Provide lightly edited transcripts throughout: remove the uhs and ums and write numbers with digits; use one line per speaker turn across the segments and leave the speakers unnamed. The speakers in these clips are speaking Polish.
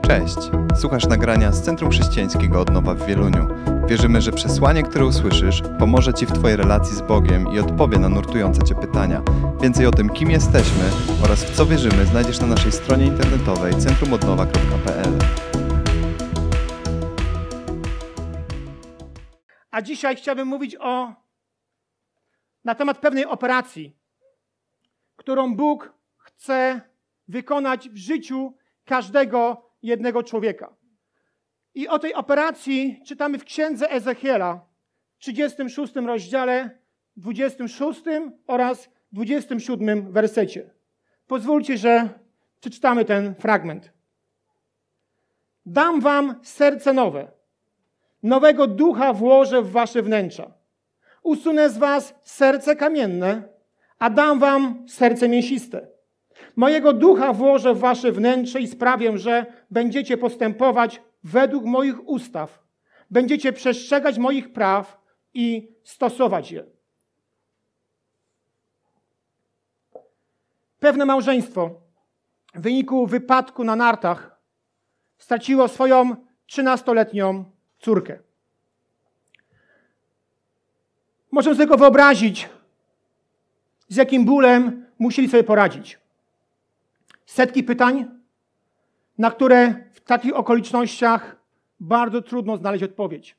Cześć! Słuchasz nagrania z Centrum Chrześcijańskiego Odnowa w Wieluniu. Wierzymy, że przesłanie, które usłyszysz, pomoże Ci w Twojej relacji z Bogiem i odpowie na nurtujące Cię pytania. Więcej o tym, kim jesteśmy oraz w co wierzymy, znajdziesz na naszej stronie internetowej centrumodnowa.pl.
A dzisiaj chciałbym mówić na temat pewnej operacji, którą Bóg chce wykonać w życiu każdego jednego człowieka. I o tej operacji czytamy w Księdze Ezechiela, w 36 rozdziale, 26 oraz 27 wersecie. Pozwólcie, że przeczytamy ten fragment. Dam wam serce nowe, nowego ducha włożę w wasze wnętrza. Usunę z was serce kamienne, a dam wam serce mięsiste. Mojego ducha włożę w wasze wnętrze i sprawię, że będziecie postępować według moich ustaw. Będziecie przestrzegać moich praw i stosować je. Pewne małżeństwo w wyniku wypadku na nartach straciło swoją 13-letnią córkę. Możemy sobie tylko wyobrazić, z jakim bólem musieli sobie poradzić. Setki pytań, na które w takich okolicznościach bardzo trudno znaleźć odpowiedź.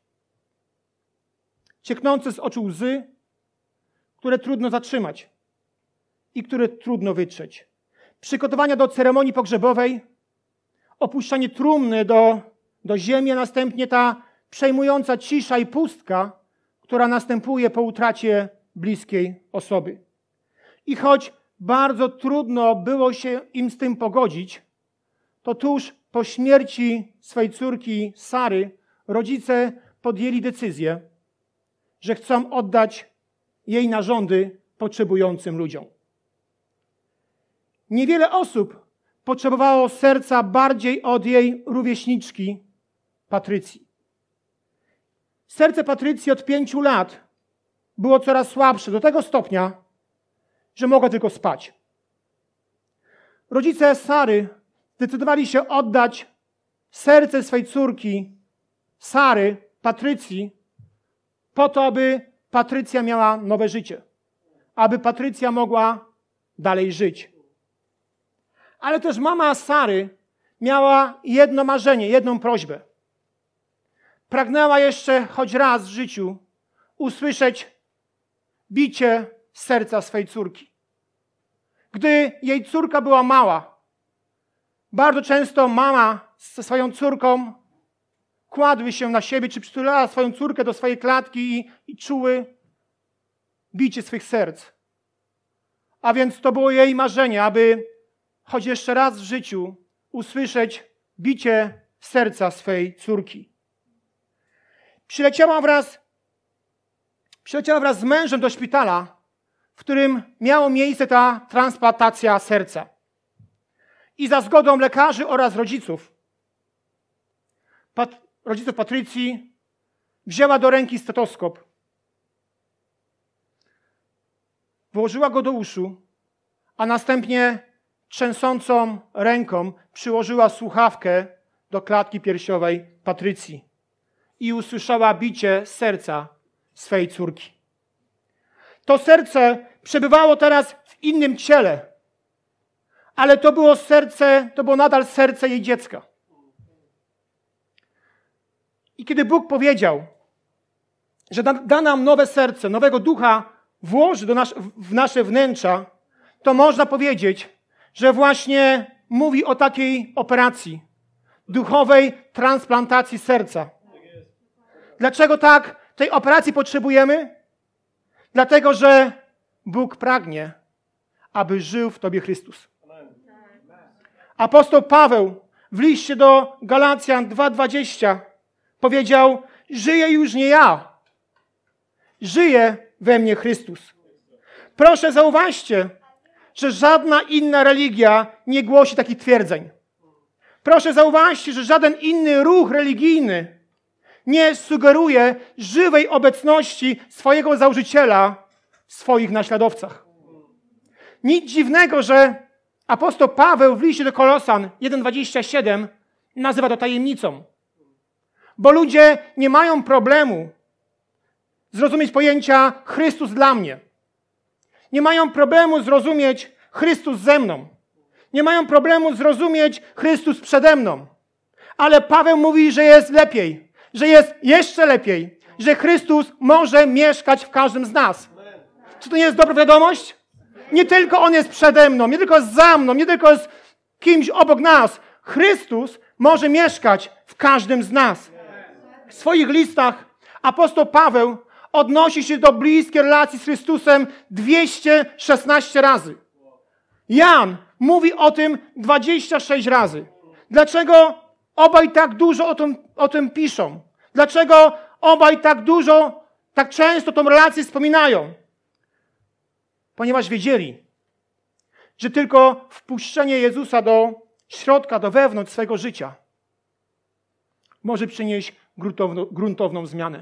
Cieknące z oczu łzy, które trudno zatrzymać i które trudno wytrzeć. Przygotowania do ceremonii pogrzebowej, opuszczanie trumny do ziemi, a następnie ta przejmująca cisza i pustka, która następuje po utracie bliskiej osoby. I choć bardzo trudno było się im z tym pogodzić, to tuż po śmierci swej córki Sary rodzice podjęli decyzję, że chcą oddać jej narządy potrzebującym ludziom. Niewiele osób potrzebowało serca bardziej od jej rówieśniczki Patrycji. Serce Patrycji od 5 lat było coraz słabsze do tego stopnia, że mogła tylko spać. Rodzice Sary zdecydowali się oddać serce swej córki Sary, Patrycji, po to, aby Patrycja miała nowe życie. Aby Patrycja mogła dalej żyć. Ale też mama Sary miała jedno marzenie, jedną prośbę. Pragnęła jeszcze choć raz w życiu usłyszeć bicie serca swej córki. Gdy jej córka była mała, bardzo często mama ze swoją córką kładły się na siebie, czy przytulała swoją córkę do swojej klatki i czuły bicie swych serc. A więc to było jej marzenie, aby choć jeszcze raz w życiu usłyszeć bicie serca swej córki. Przyleciała wraz z mężem do szpitala, w którym miała miejsce ta transplantacja serca. I za zgodą lekarzy oraz rodziców Patrycji wzięła do ręki stetoskop. Włożyła go do uszu, a następnie trzęsącą ręką przyłożyła słuchawkę do klatki piersiowej Patrycji i usłyszała bicie serca swej córki. To serce przebywało teraz w innym ciele, ale to było nadal serce jej dziecka. I kiedy Bóg powiedział, że da nam nowe serce, nowego ducha włoży w nasze wnętrza, to można powiedzieć, że właśnie mówi o takiej operacji, duchowej transplantacji serca. Dlaczego tej operacji potrzebujemy? Dlatego, że Bóg pragnie, aby żył w tobie Chrystus. Apostoł Paweł w liście do Galacjan 2:20 powiedział: żyję już nie ja, żyje we mnie Chrystus. Proszę zauważcie, że żadna inna religia nie głosi takich twierdzeń. Proszę zauważcie, że żaden inny ruch religijny nie sugeruje żywej obecności swojego założyciela w swoich naśladowcach. Nic dziwnego, że apostoł Paweł w liście do Kolosan 1:27 nazywa to tajemnicą. Bo ludzie nie mają problemu zrozumieć pojęcia Chrystus dla mnie. Nie mają problemu zrozumieć Chrystus ze mną. Nie mają problemu zrozumieć Chrystus przede mną. Ale Paweł mówi, że jest lepiej, że jest jeszcze lepiej, że Chrystus może mieszkać w każdym z nas. Czy to nie jest dobra wiadomość? Nie tylko On jest przede mną, nie tylko jest za mną, nie tylko jest kimś obok nas. Chrystus może mieszkać w każdym z nas. W swoich listach apostoł Paweł odnosi się do bliskiej relacji z Chrystusem 216 razy. Jan mówi o tym 26 razy. Dlaczego obaj tak dużo o tym piszą? Dlaczego obaj tak często tą relację wspominają? Ponieważ wiedzieli, że tylko wpuszczenie Jezusa do środka, do wewnątrz swego życia może przynieść gruntowną zmianę.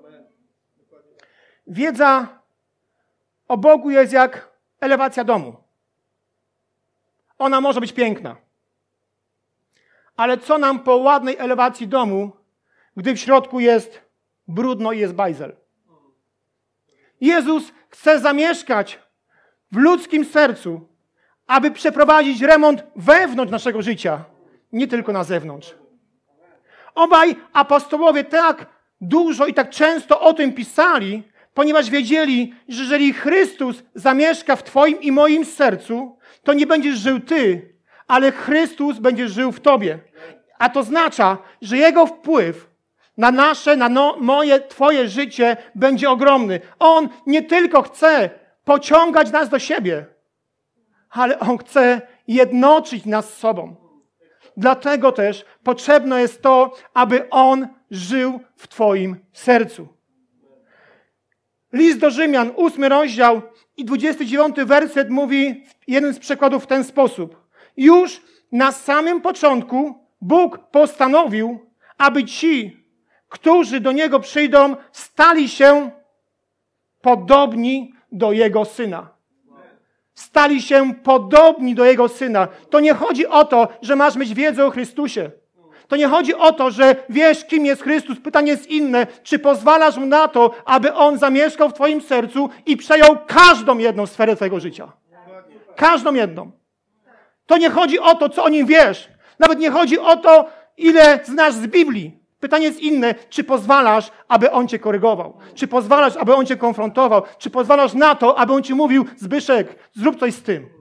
Wiedza o Bogu jest jak elewacja domu. Ona może być piękna. Ale co nam po ładnej elewacji domu, gdy w środku jest brudno i jest bajzel? Jezus chce zamieszkać w ludzkim sercu, aby przeprowadzić remont wewnątrz naszego życia, nie tylko na zewnątrz. Obaj apostołowie tak dużo i tak często o tym pisali, ponieważ wiedzieli, że jeżeli Chrystus zamieszka w Twoim i moim sercu, to nie będziesz żył Ty, ale Chrystus będzie żył w Tobie. A to oznacza, że Jego wpływ na nasze, moje, Twoje życie będzie ogromny. On nie tylko chce pociągać nas do siebie, ale On chce jednoczyć nas z sobą. Dlatego też potrzebne jest to, aby On żył w Twoim sercu. List do Rzymian, 8 rozdział i 29 werset mówi jeden z przykładów w ten sposób. Już na samym początku Bóg postanowił, aby ci, którzy do Niego przyjdą, stali się podobni do Jego Syna. Stali się podobni do Jego Syna. To nie chodzi o to, że masz mieć wiedzę o Chrystusie. To nie chodzi o to, że wiesz, kim jest Chrystus. Pytanie jest inne. Czy pozwalasz Mu na to, aby On zamieszkał w Twoim sercu i przejął każdą jedną sferę Twojego życia? Każdą jedną. To nie chodzi o to, co o Nim wiesz. Nawet nie chodzi o to, ile znasz z Biblii. Pytanie jest inne. Czy pozwalasz, aby On Cię korygował? Czy pozwalasz, aby On Cię konfrontował? Czy pozwalasz na to, aby On Ci mówił: Zbyszek, zrób coś z tym.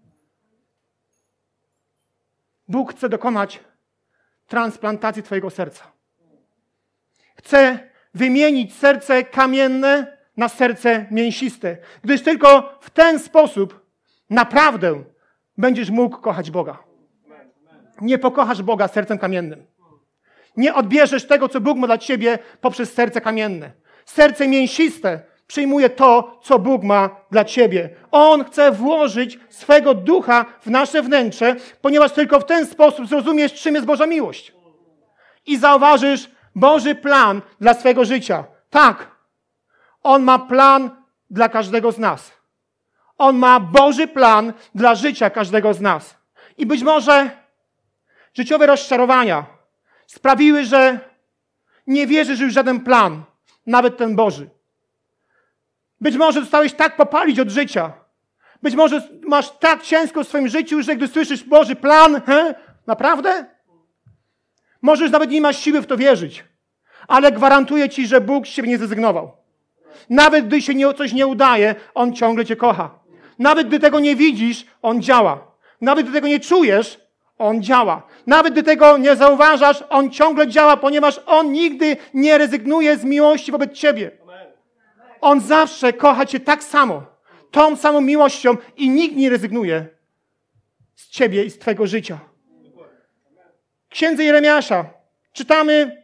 Bóg chce dokonać transplantacji Twojego serca. Chce wymienić serce kamienne na serce mięsiste. Gdyż tylko w ten sposób naprawdę będziesz mógł kochać Boga. Nie pokochasz Boga sercem kamiennym. Nie odbierzesz tego, co Bóg ma dla Ciebie poprzez serce kamienne. Serce mięsiste przyjmuje to, co Bóg ma dla Ciebie. On chce włożyć swego ducha w nasze wnętrze, ponieważ tylko w ten sposób zrozumiesz, czym jest Boża miłość. I zauważysz Boży plan dla swego życia. Tak, On ma plan dla każdego z nas. On ma Boży plan dla życia każdego z nas. I być może życiowe rozczarowania sprawiły, że nie wierzysz już w żaden plan, nawet ten Boży. Być może zostałeś tak popalić od życia. Być może masz tak ciężko w swoim życiu, że gdy słyszysz Boży plan, naprawdę? Może już nawet nie masz siły w to wierzyć. Ale gwarantuję Ci, że Bóg z Ciebie nie zrezygnował. Nawet gdy się coś nie udaje, On ciągle Cię kocha. Nawet gdy tego nie widzisz, On działa. Nawet gdy tego nie czujesz, On działa. Nawet gdy tego nie zauważasz, On ciągle działa, ponieważ On nigdy nie rezygnuje z miłości wobec Ciebie. On zawsze kocha Cię tak samo, tą samą miłością i nikt nie rezygnuje z Ciebie i z Twojego życia. W Księdze Jeremiasza czytamy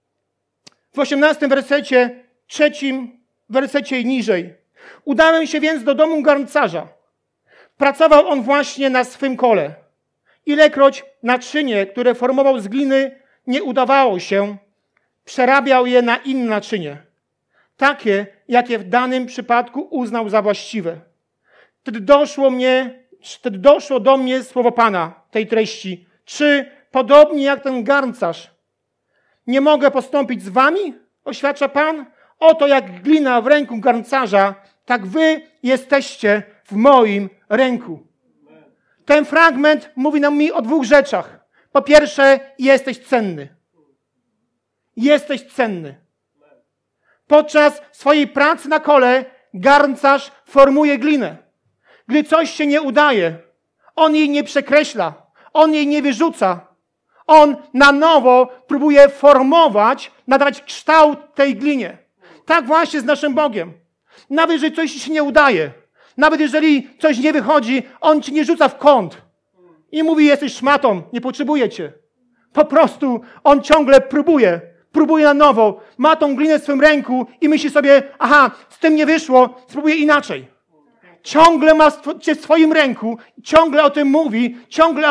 w 18 wersecie, 3 wersecie i niżej. Udałem się więc do domu garncarza. Pracował on właśnie na swym kole. Ilekroć naczynie, które formował z gliny, nie udawało się, przerabiał je na inne naczynie. Takie, jakie w danym przypadku uznał za właściwe. Wtedy doszło do mnie słowo Pana tej treści. Czy podobnie jak ten garncarz nie mogę postąpić z wami? Oświadcza Pan. Oto jak glina w ręku garncarza, tak wy jesteście w moim ręku. Ten fragment mówi nam o dwóch rzeczach. Po pierwsze, jesteś cenny. Jesteś cenny. Podczas swojej pracy na kole garncarz formuje glinę. Gdy coś się nie udaje, on jej nie przekreśla, on jej nie wyrzuca. On na nowo próbuje formować, nadawać kształt tej glinie. Tak właśnie z naszym Bogiem. Nawet jeżeli coś się nie udaje, nawet jeżeli coś nie wychodzi, On ci nie rzuca w kąt i mówi, jesteś szmatą, nie potrzebuję cię. Po prostu On ciągle próbuje na nowo, ma tą glinę w swym ręku i myśli sobie, aha, z tym nie wyszło, spróbuję inaczej. Ciągle ma cię w swoim ręku, ciągle o tym mówi, ciągle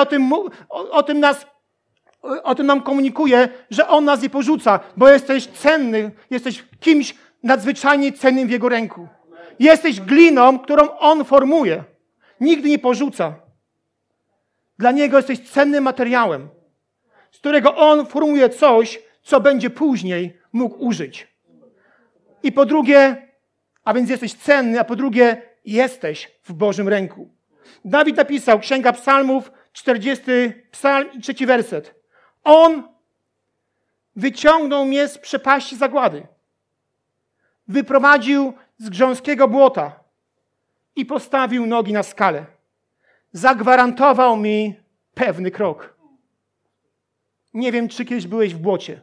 o tym nam komunikuje, że On nas nie porzuca, bo jesteś cenny, jesteś kimś nadzwyczajnie cennym w Jego ręku. Jesteś gliną, którą On formuje. Nigdy nie porzuca. Dla Niego jesteś cennym materiałem, z którego On formuje coś, co będzie później mógł użyć. I po drugie, a więc jesteś cenny, a po drugie, jesteś w Bożym ręku. Dawid napisał, Księga Psalmów, 40 psalm i 3 werset. On wyciągnął mnie z przepaści zagłady. Wyprowadził z grząskiego błota i postawił nogi na skalę. Zagwarantował mi pewny krok. Nie wiem, czy kiedyś byłeś w błocie.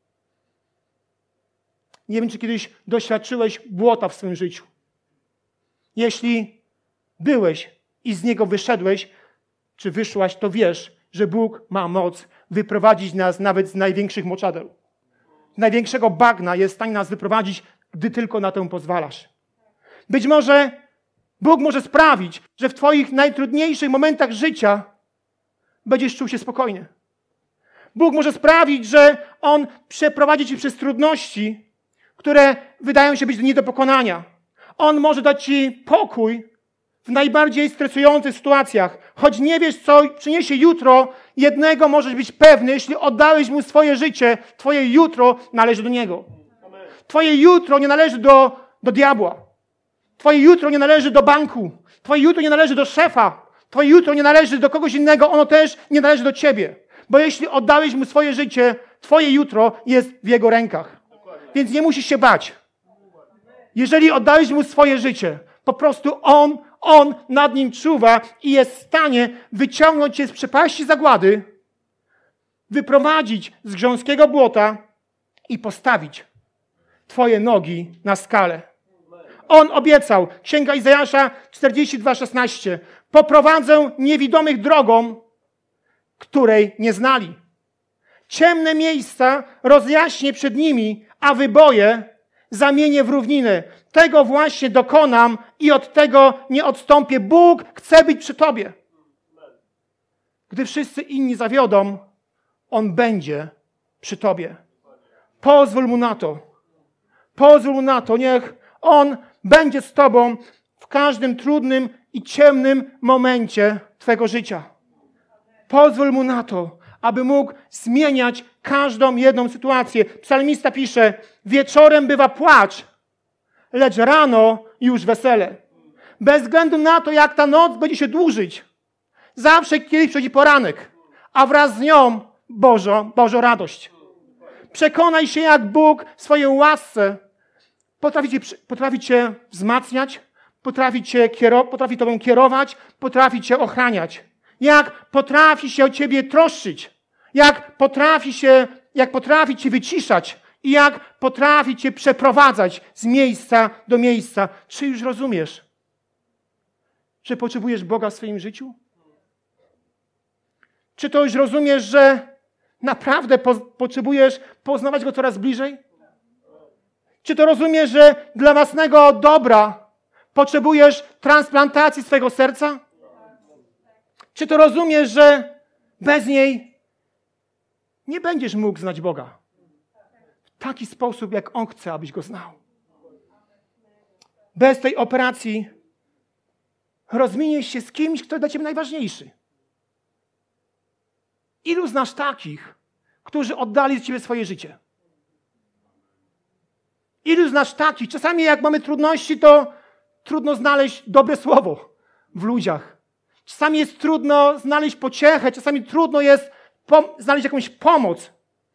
Nie wiem, czy kiedyś doświadczyłeś błota w swoim życiu. Jeśli byłeś i z niego wyszedłeś, czy wyszłaś, to wiesz, że Bóg ma moc wyprowadzić nas nawet z największych moczadeł. Z największego bagna jest w stanie nas wyprowadzić, gdy tylko na to pozwalasz. Być może Bóg może sprawić, że w twoich najtrudniejszych momentach życia będziesz czuł się spokojnie. Bóg może sprawić, że On przeprowadzi cię przez trudności, które wydają się być nie do pokonania. On może dać ci pokój w najbardziej stresujących sytuacjach. Choć nie wiesz, co przyniesie jutro, jednego możesz być pewny, jeśli oddałeś Mu swoje życie, twoje jutro należy do Niego. Twoje jutro nie należy do diabła. Twoje jutro nie należy do banku. Twoje jutro nie należy do szefa. Twoje jutro nie należy do kogoś innego. Ono też nie należy do ciebie. Bo jeśli oddałeś Mu swoje życie, twoje jutro jest w Jego rękach. Więc nie musisz się bać. Jeżeli oddałeś Mu swoje życie, po prostu On nad nim czuwa i jest w stanie wyciągnąć cię z przepaści zagłady, wyprowadzić z grząskiego błota i postawić twoje nogi na skalę. On obiecał, Księga Izajasza 42:16, poprowadzę niewidomych drogą, której nie znali. Ciemne miejsca rozjaśnię przed nimi, a wyboje zamienię w równiny. Tego właśnie dokonam i od tego nie odstąpię. Bóg chce być przy tobie. Gdy wszyscy inni zawiodą, On będzie przy tobie. Pozwól Mu na to. Pozwól Mu na to. Niech On będzie z tobą w każdym trudnym i ciemnym momencie twego życia. Pozwól Mu na to, aby mógł zmieniać każdą jedną sytuację. Psalmista pisze, wieczorem bywa płacz, lecz rano już wesele. Bez względu na to, jak ta noc będzie się dłużyć, zawsze kiedyś przychodzi poranek, a wraz z nią Boża radość. Przekonaj się, jak Bóg w swojej łasce potrafi cię wzmacniać, potrafi tobą kierować, potrafi cię ochraniać. Jak potrafi się o ciebie troszczyć, jak potrafi cię wyciszać i jak potrafi cię przeprowadzać z miejsca do miejsca. Czy już rozumiesz, że potrzebujesz Boga w swoim życiu? Czy to już rozumiesz, że naprawdę potrzebujesz poznawać Go coraz bliżej? Czy to rozumiesz, że dla własnego dobra potrzebujesz transplantacji swojego serca? Czy to rozumiesz, że bez niej nie będziesz mógł znać Boga w taki sposób, jak On chce, abyś Go znał? Bez tej operacji rozminiesz się z kimś, kto jest dla ciebie najważniejszy. Ilu znasz takich, którzy oddali z Ciebie swoje życie? Ilu znasz takich? Czasami jak mamy trudności, to trudno znaleźć dobre słowo w ludziach. Czasami jest trudno znaleźć pociechę, czasami trudno jest znaleźć jakąś pomoc.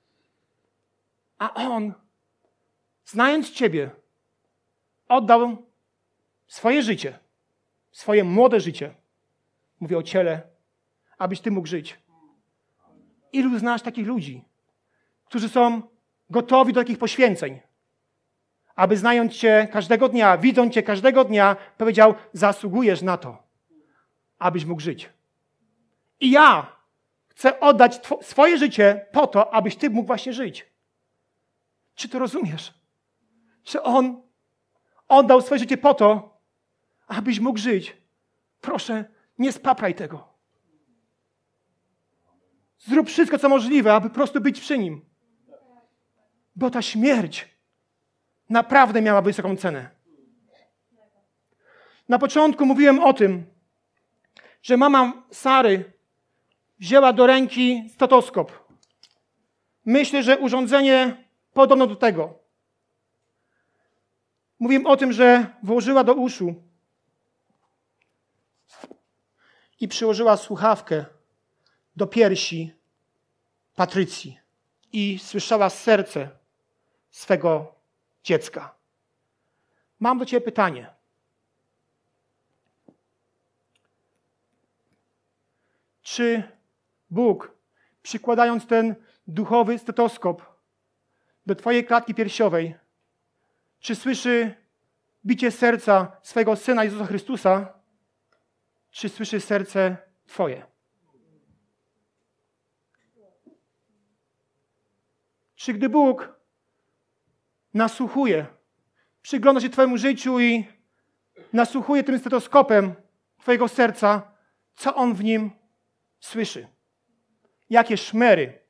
A On, znając Ciebie, oddał swoje życie, swoje młode życie. Mówię o ciele, abyś Ty mógł żyć. Ilu znasz takich ludzi, którzy są gotowi do takich poświęceń, aby znając Cię każdego dnia, widząc Cię każdego dnia, powiedział, zasługujesz na to, abyś mógł żyć. I ja chcę oddać swoje życie po to, abyś Ty mógł właśnie żyć. Czy to rozumiesz? Że On oddał swoje życie po to, abyś mógł żyć. Proszę, nie spapraj tego. Zrób wszystko, co możliwe, aby po prostu być przy Nim. Bo ta śmierć naprawdę miała wysoką cenę. Na początku mówiłem o tym, że mama Sary wzięła do ręki stetoskop. Myślę, że urządzenie podobne do tego. Mówiłem o tym, że włożyła do uszu i przyłożyła słuchawkę do piersi Patrycji i słyszała serce swego dziecka. Mam do Ciebie pytanie. Czy Bóg, przykładając ten duchowy stetoskop do Twojej klatki piersiowej, czy słyszy bicie serca swego Syna Jezusa Chrystusa, czy słyszy serce Twoje? Czy gdy Bóg nasłuchuje, przygląda się Twojemu życiu i nasłuchuje tym stetoskopem Twojego serca, co On w nim słyszy? Jakie szmery?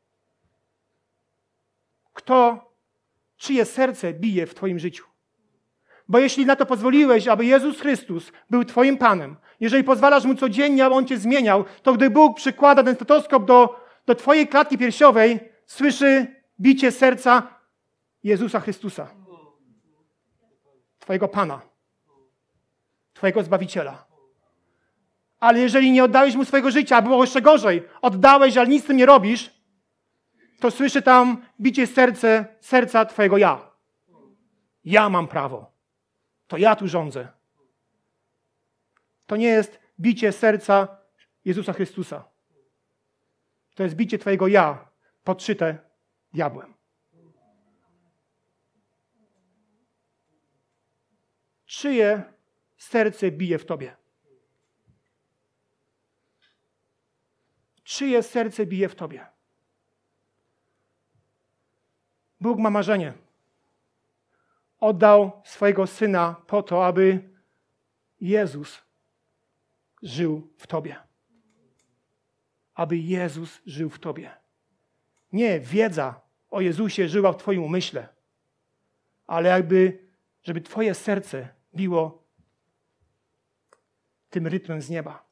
Czyje serce bije w Twoim życiu? Bo jeśli na to pozwoliłeś, aby Jezus Chrystus był Twoim Panem, jeżeli pozwalasz Mu codziennie, aby On Cię zmieniał, to gdy Bóg przykłada ten stetoskop do Twojej klatki piersiowej, słyszy bicie serca Jezusa Chrystusa. Twojego Pana. Twojego Zbawiciela. Ale jeżeli nie oddałeś Mu swojego życia, a było jeszcze gorzej, oddałeś, ale nic z tym nie robisz, to słyszy tam bicie serca Twojego ja. Ja mam prawo. To ja tu rządzę. To nie jest bicie serca Jezusa Chrystusa. To jest bicie Twojego ja, podszyte diabłem. Czyje serce bije w Tobie? Czyje serce bije w Tobie? Bóg ma marzenie. Oddał swojego Syna po to, aby Jezus żył w Tobie. Aby Jezus żył w Tobie. Nie wiedza o Jezusie żyła w Twoim umyśle, ale żeby Twoje serce biło tym rytmem z nieba.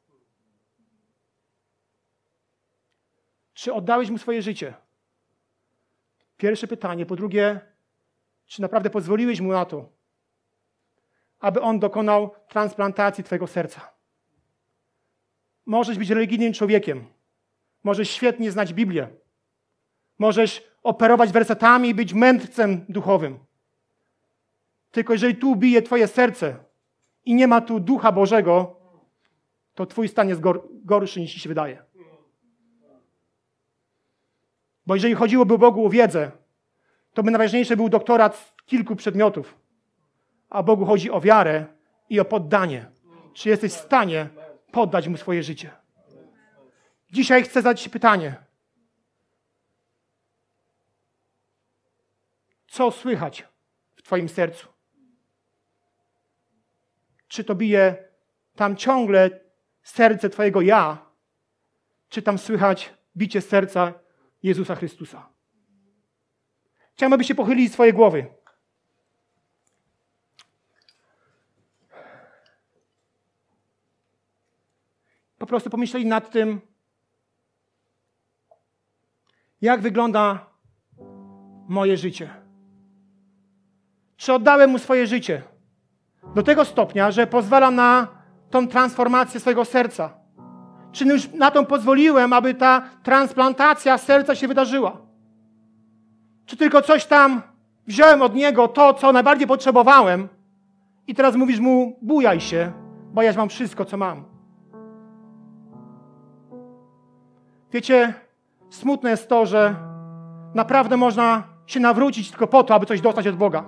Czy oddałeś Mu swoje życie? Pierwsze pytanie. Po drugie, czy naprawdę pozwoliłeś Mu na to, aby On dokonał transplantacji Twojego serca? Możesz być religijnym człowiekiem. Możesz świetnie znać Biblię. Możesz operować wersetami i być mędrcem duchowym. Tylko jeżeli tu bije Twoje serce i nie ma tu Ducha Bożego, to Twój stan jest gorszy niż Ci się wydaje. Bo jeżeli chodziłoby Bogu o wiedzę, to by najważniejszy był doktorat z kilku przedmiotów. A Bogu chodzi o wiarę i o poddanie. Czy jesteś w stanie poddać Mu swoje życie? Dzisiaj chcę zadać Ci pytanie. Co słychać w Twoim sercu? Czy to bije tam ciągle serce Twojego ja? Czy tam słychać bicie serca Jezusa Chrystusa? Chciałbym, abyście pochylili swoje głowy. Po prostu pomyśleli nad tym, Jak wygląda moje życie? Czy oddałem Mu swoje życie? Do tego stopnia, że pozwalam na tą transformację swojego serca. Czy już na to pozwoliłem, aby ta transplantacja serca się wydarzyła? Czy tylko coś tam wziąłem od Niego, to, co najbardziej potrzebowałem i teraz mówisz Mu, bujaj się, bo ja mam wszystko, co mam. Wiecie, smutne jest to, że naprawdę można się nawrócić tylko po to, aby coś dostać od Boga.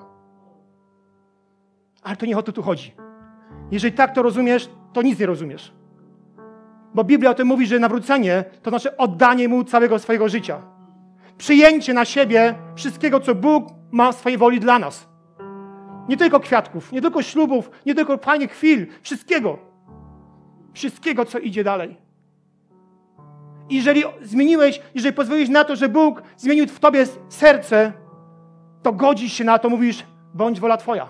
Ale to nie o to tu chodzi. Jeżeli tak to rozumiesz, to nic nie rozumiesz. Bo Biblia o tym mówi, że nawrócenie to znaczy oddanie Mu całego swojego życia. Przyjęcie na siebie wszystkiego, co Bóg ma w swojej woli dla nas. Nie tylko kwiatków, nie tylko ślubów, nie tylko fajnych chwil. Wszystkiego. Wszystkiego, co idzie dalej. I jeżeli pozwoliłeś na to, że Bóg zmienił w tobie serce, to godzisz się na to, mówisz, bądź wola Twoja.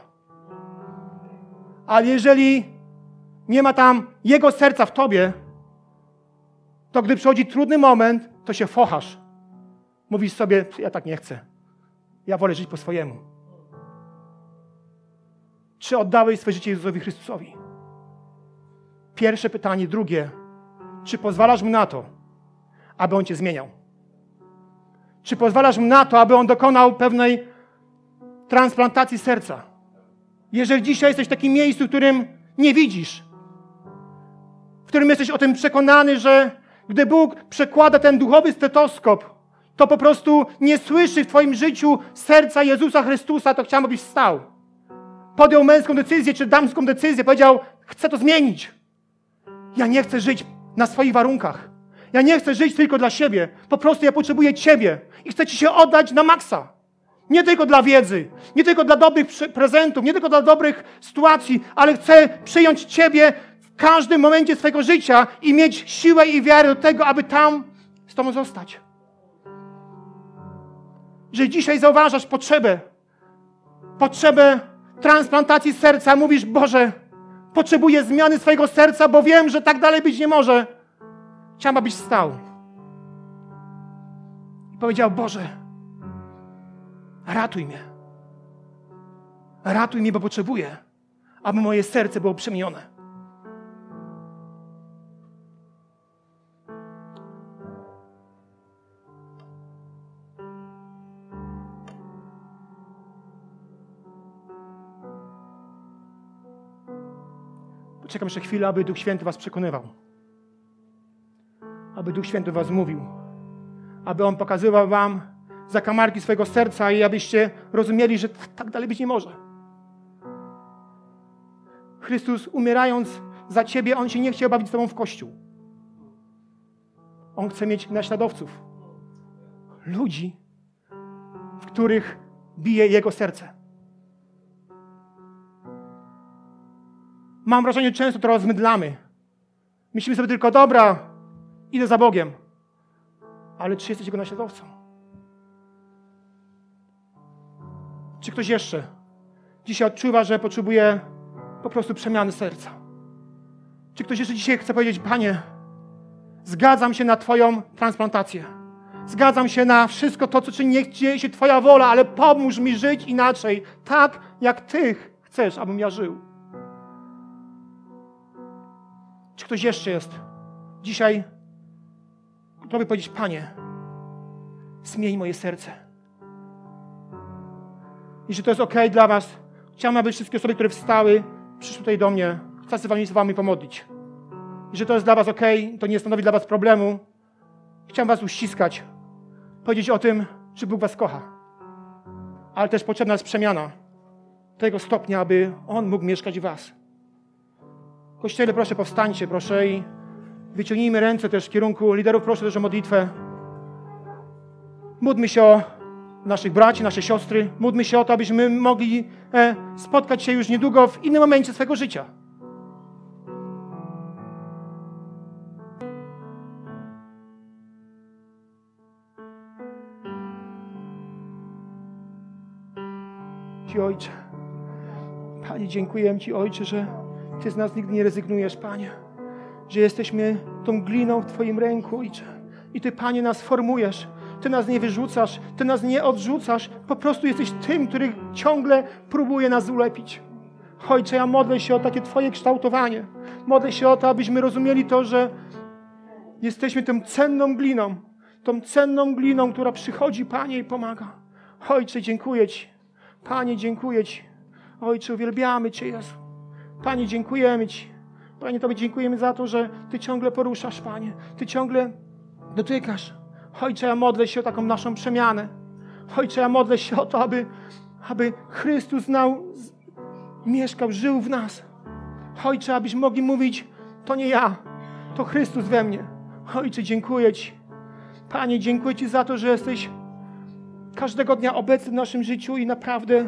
Ale jeżeli nie ma tam Jego serca w tobie, to gdy przychodzi trudny moment, to się fochasz. Mówisz sobie, ja tak nie chcę. Ja wolę żyć po swojemu. Czy oddałeś swoje życie Jezusowi Chrystusowi? Pierwsze pytanie. Drugie. Czy pozwalasz Mu na to, aby On cię zmieniał? Czy pozwalasz Mu na to, aby On dokonał pewnej transplantacji serca? Jeżeli dzisiaj jesteś w takim miejscu, w którym nie widzisz, w którym jesteś o tym przekonany, że gdy Bóg przekłada ten duchowy stetoskop, to po prostu nie słyszy w twoim życiu serca Jezusa Chrystusa, to chciałem, abyś wstał. Podjął męską decyzję, czy damską decyzję, powiedział, chcę to zmienić. Ja nie chcę żyć na swoich warunkach. Ja nie chcę żyć tylko dla siebie. Po prostu ja potrzebuję Ciebie i chcę Ci się oddać na maksa. Nie tylko dla wiedzy, nie tylko dla dobrych prezentów, nie tylko dla dobrych sytuacji, ale chcę przyjąć Ciebie w każdym momencie swojego życia i mieć siłę i wiarę do tego, aby tam z Tobą zostać. Jeżeli dzisiaj zauważasz potrzebę transplantacji serca, mówisz, Boże, potrzebuję zmiany swojego serca, bo wiem, że tak dalej być nie może. Chciałem, abyś wstał. I powiedział, Boże, ratuj mnie. Ratuj mnie, bo potrzebuję, aby moje serce było przemienione. Poczekam jeszcze chwilę, aby Duch Święty was przekonywał. Aby Duch Święty was mówił. Aby On pokazywał wam zakamarki swojego serca i abyście rozumieli, że tak dalej być nie może. Chrystus, umierając za ciebie, On się nie chciał bawić z tobą w kościół. On chce mieć naśladowców. Ludzi, w których bije Jego serce. Mam wrażenie, często to rozmydlamy. Myślimy sobie tylko, dobra, idę za Bogiem. Ale czy jesteś Jego naśladowcą? Czy ktoś jeszcze dzisiaj odczuwa, że potrzebuje po prostu przemiany serca? Czy ktoś jeszcze dzisiaj chce powiedzieć, Panie, zgadzam się na Twoją transplantację. Zgadzam się na wszystko to, co czyni, niech dzieje się Twoja wola, ale pomóż mi żyć inaczej, tak jak Ty chcesz, abym ja żył. Czy ktoś jeszcze jest dzisiaj gotowy powiedzieć, Panie, zmień moje serce. Jeśli to jest okej dla was, chciałbym, aby wszystkie osoby, które wstały, przyszły tutaj do mnie, chcę się z wami pomodlić. Jeżeli to jest dla was okej, to nie stanowi dla was problemu, chciałem was uściskać, powiedzieć o tym, że Bóg was kocha. Ale też potrzebna jest przemiana do tego stopnia, aby On mógł mieszkać w was. Kościele, proszę, powstańcie, proszę, i wyciągnijmy ręce też w kierunku liderów, proszę też o modlitwę. Módlmy się o naszych braci, nasze siostry. Módlmy się o to, abyśmy mogli spotkać się już niedługo w innym momencie swojego życia. Ci Ojcze, Panie, dziękuję Ci, Ojcze, że Ty z nas nigdy nie rezygnujesz, Panie. Że jesteśmy tą gliną w Twoim ręku, Ojcze. I Ty, Panie, nas formujesz. Ty nas nie wyrzucasz, Ty nas nie odrzucasz. Po prostu jesteś tym, który ciągle próbuje nas ulepić. Ojcze, ja modlę się o takie Twoje kształtowanie. Modlę się o to, abyśmy rozumieli to, że jesteśmy tą cenną gliną, która przychodzi, Panie, i pomaga. Ojcze, dziękuję Ci. Panie, dziękuję Ci. Ojcze, uwielbiamy Cię, Jezu. Panie, dziękujemy Ci. Panie, Tobie dziękujemy za to, że Ty ciągle poruszasz, Panie. Ty ciągle dotykasz. Ojcze, ja modlę się o taką naszą przemianę. Ojcze, ja modlę się o to, aby Chrystus mieszkał, żył w nas. Ojcze, abyśmy mogli mówić, to nie ja, to Chrystus we mnie. Ojcze, dziękuję Ci. Panie, dziękuję Ci za to, że jesteś każdego dnia obecny w naszym życiu i naprawdę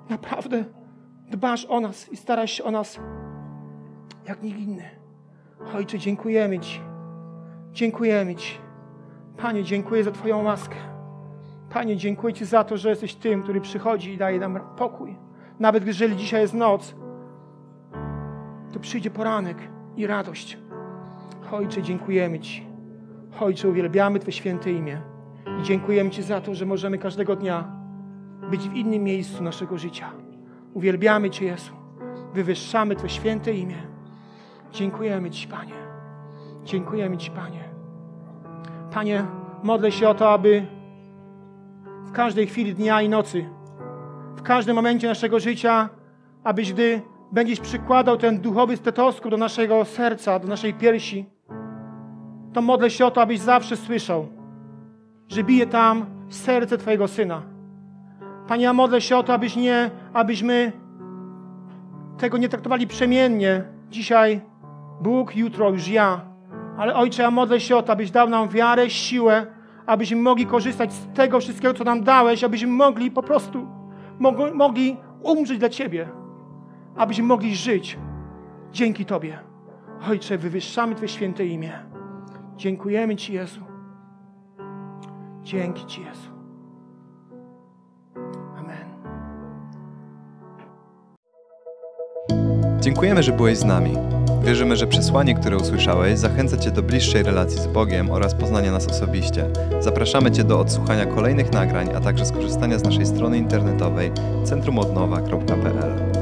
dbasz o nas i starasz się o nas jak nikt inny. Ojcze, dziękujemy Ci. Dziękujemy Ci. Panie, dziękuję za Twoją łaskę. Panie, dziękuję Ci za to, że jesteś tym, który przychodzi i daje nam pokój. Nawet jeżeli dzisiaj jest noc, to przyjdzie poranek i radość. Ojcze, dziękujemy Ci. Ojcze, uwielbiamy Twoje święte imię. I dziękujemy Ci za to, że możemy każdego dnia być w innym miejscu naszego życia. Uwielbiamy Cię, Jezu. Wywyższamy Twoje święte imię. Dziękujemy Ci, Panie. Dziękujemy Ci, Panie. Panie, modlę się o to, aby w każdej chwili dnia i nocy, w każdym momencie naszego życia, abyś, gdy będziesz przykładał ten duchowy stetoskop do naszego serca, do naszej piersi, to modlę się o to, abyś zawsze słyszał, że bije tam serce Twojego Syna. Panie, ja modlę się o to, abyśmy tego nie traktowali przemiennie. Dzisiaj Bóg, jutro już ja. Ale Ojcze, ja modlę się o to, abyś dał nam wiarę, siłę, abyśmy mogli korzystać z tego wszystkiego, co nam dałeś, abyśmy mogli po prostu mogli umrzeć dla Ciebie, abyśmy mogli żyć dzięki Tobie. Ojcze, wywyższamy Twoje święte imię. Dziękujemy Ci, Jezu. Dzięki Ci, Jezu. Amen.
Dziękujemy, że byłeś z nami. Wierzymy, że przesłanie, które usłyszałeś, zachęca Cię do bliższej relacji z Bogiem oraz poznania nas osobiście. Zapraszamy Cię do odsłuchania kolejnych nagrań, a także skorzystania z naszej strony internetowej centrumodnowa.pl.